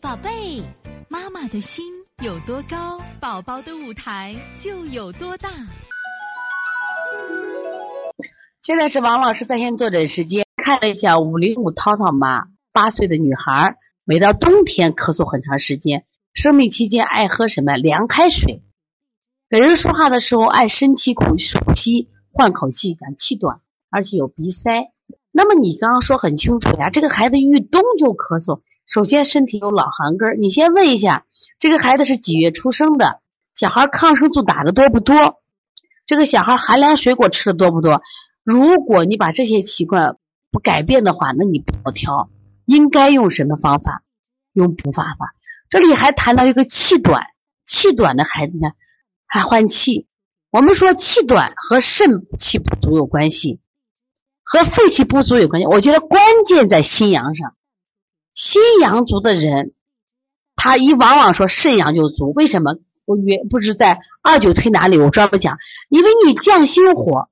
宝贝，妈妈的心有多高，宝宝的舞台就有多大。 现在是王老师在线坐诊时间，看了一下505涛涛妈，8岁的女孩，每到冬天咳嗽很长时间，生病期间爱喝什么凉开水，给人说话的时候爱深吸口吸，换口气，讲气短，而且有鼻塞。那么你刚刚说很清楚呀，这个孩子遇冬就咳嗽，首先身体有老寒根，你先问一下这个孩子是几月出生的，小孩抗生素打的多不多，这个小孩寒凉水果吃的多不多。如果你把这些习惯不改变的话，那你不好调，应该用什么方法？用补发法。这里还谈到一个气短，气短的孩子呢还换气。我们说气短和肾气不足有关系，和肺气不足有关系。我觉得关键在心阳上，心阳足的人他往往说肾阳就足。为什么？我不是在29推拿里我专门讲，因为你降心火，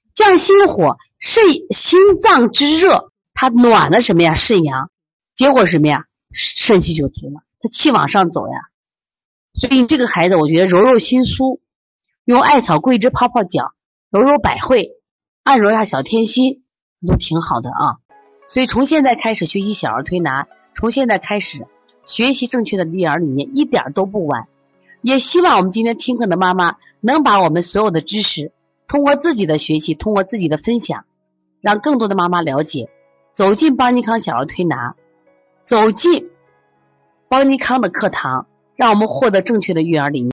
心脏之热它暖了什么呀？肾阳，结果什么呀？肾气就足了，它气往上走呀。所以这个孩子我觉得揉揉心苏，用艾草桂枝泡泡脚，揉揉百会，按揉一下小天心，都挺好的啊。所以从现在开始学习小儿推拿，从现在开始学习正确的育儿理念，一点都不晚。也希望我们今天听课的妈妈能把我们所有的知识通过自己的学习，通过自己的分享，让更多的妈妈了解，走进邦尼康小儿推拿，走进邦尼康的课堂，让我们获得正确的育儿理念。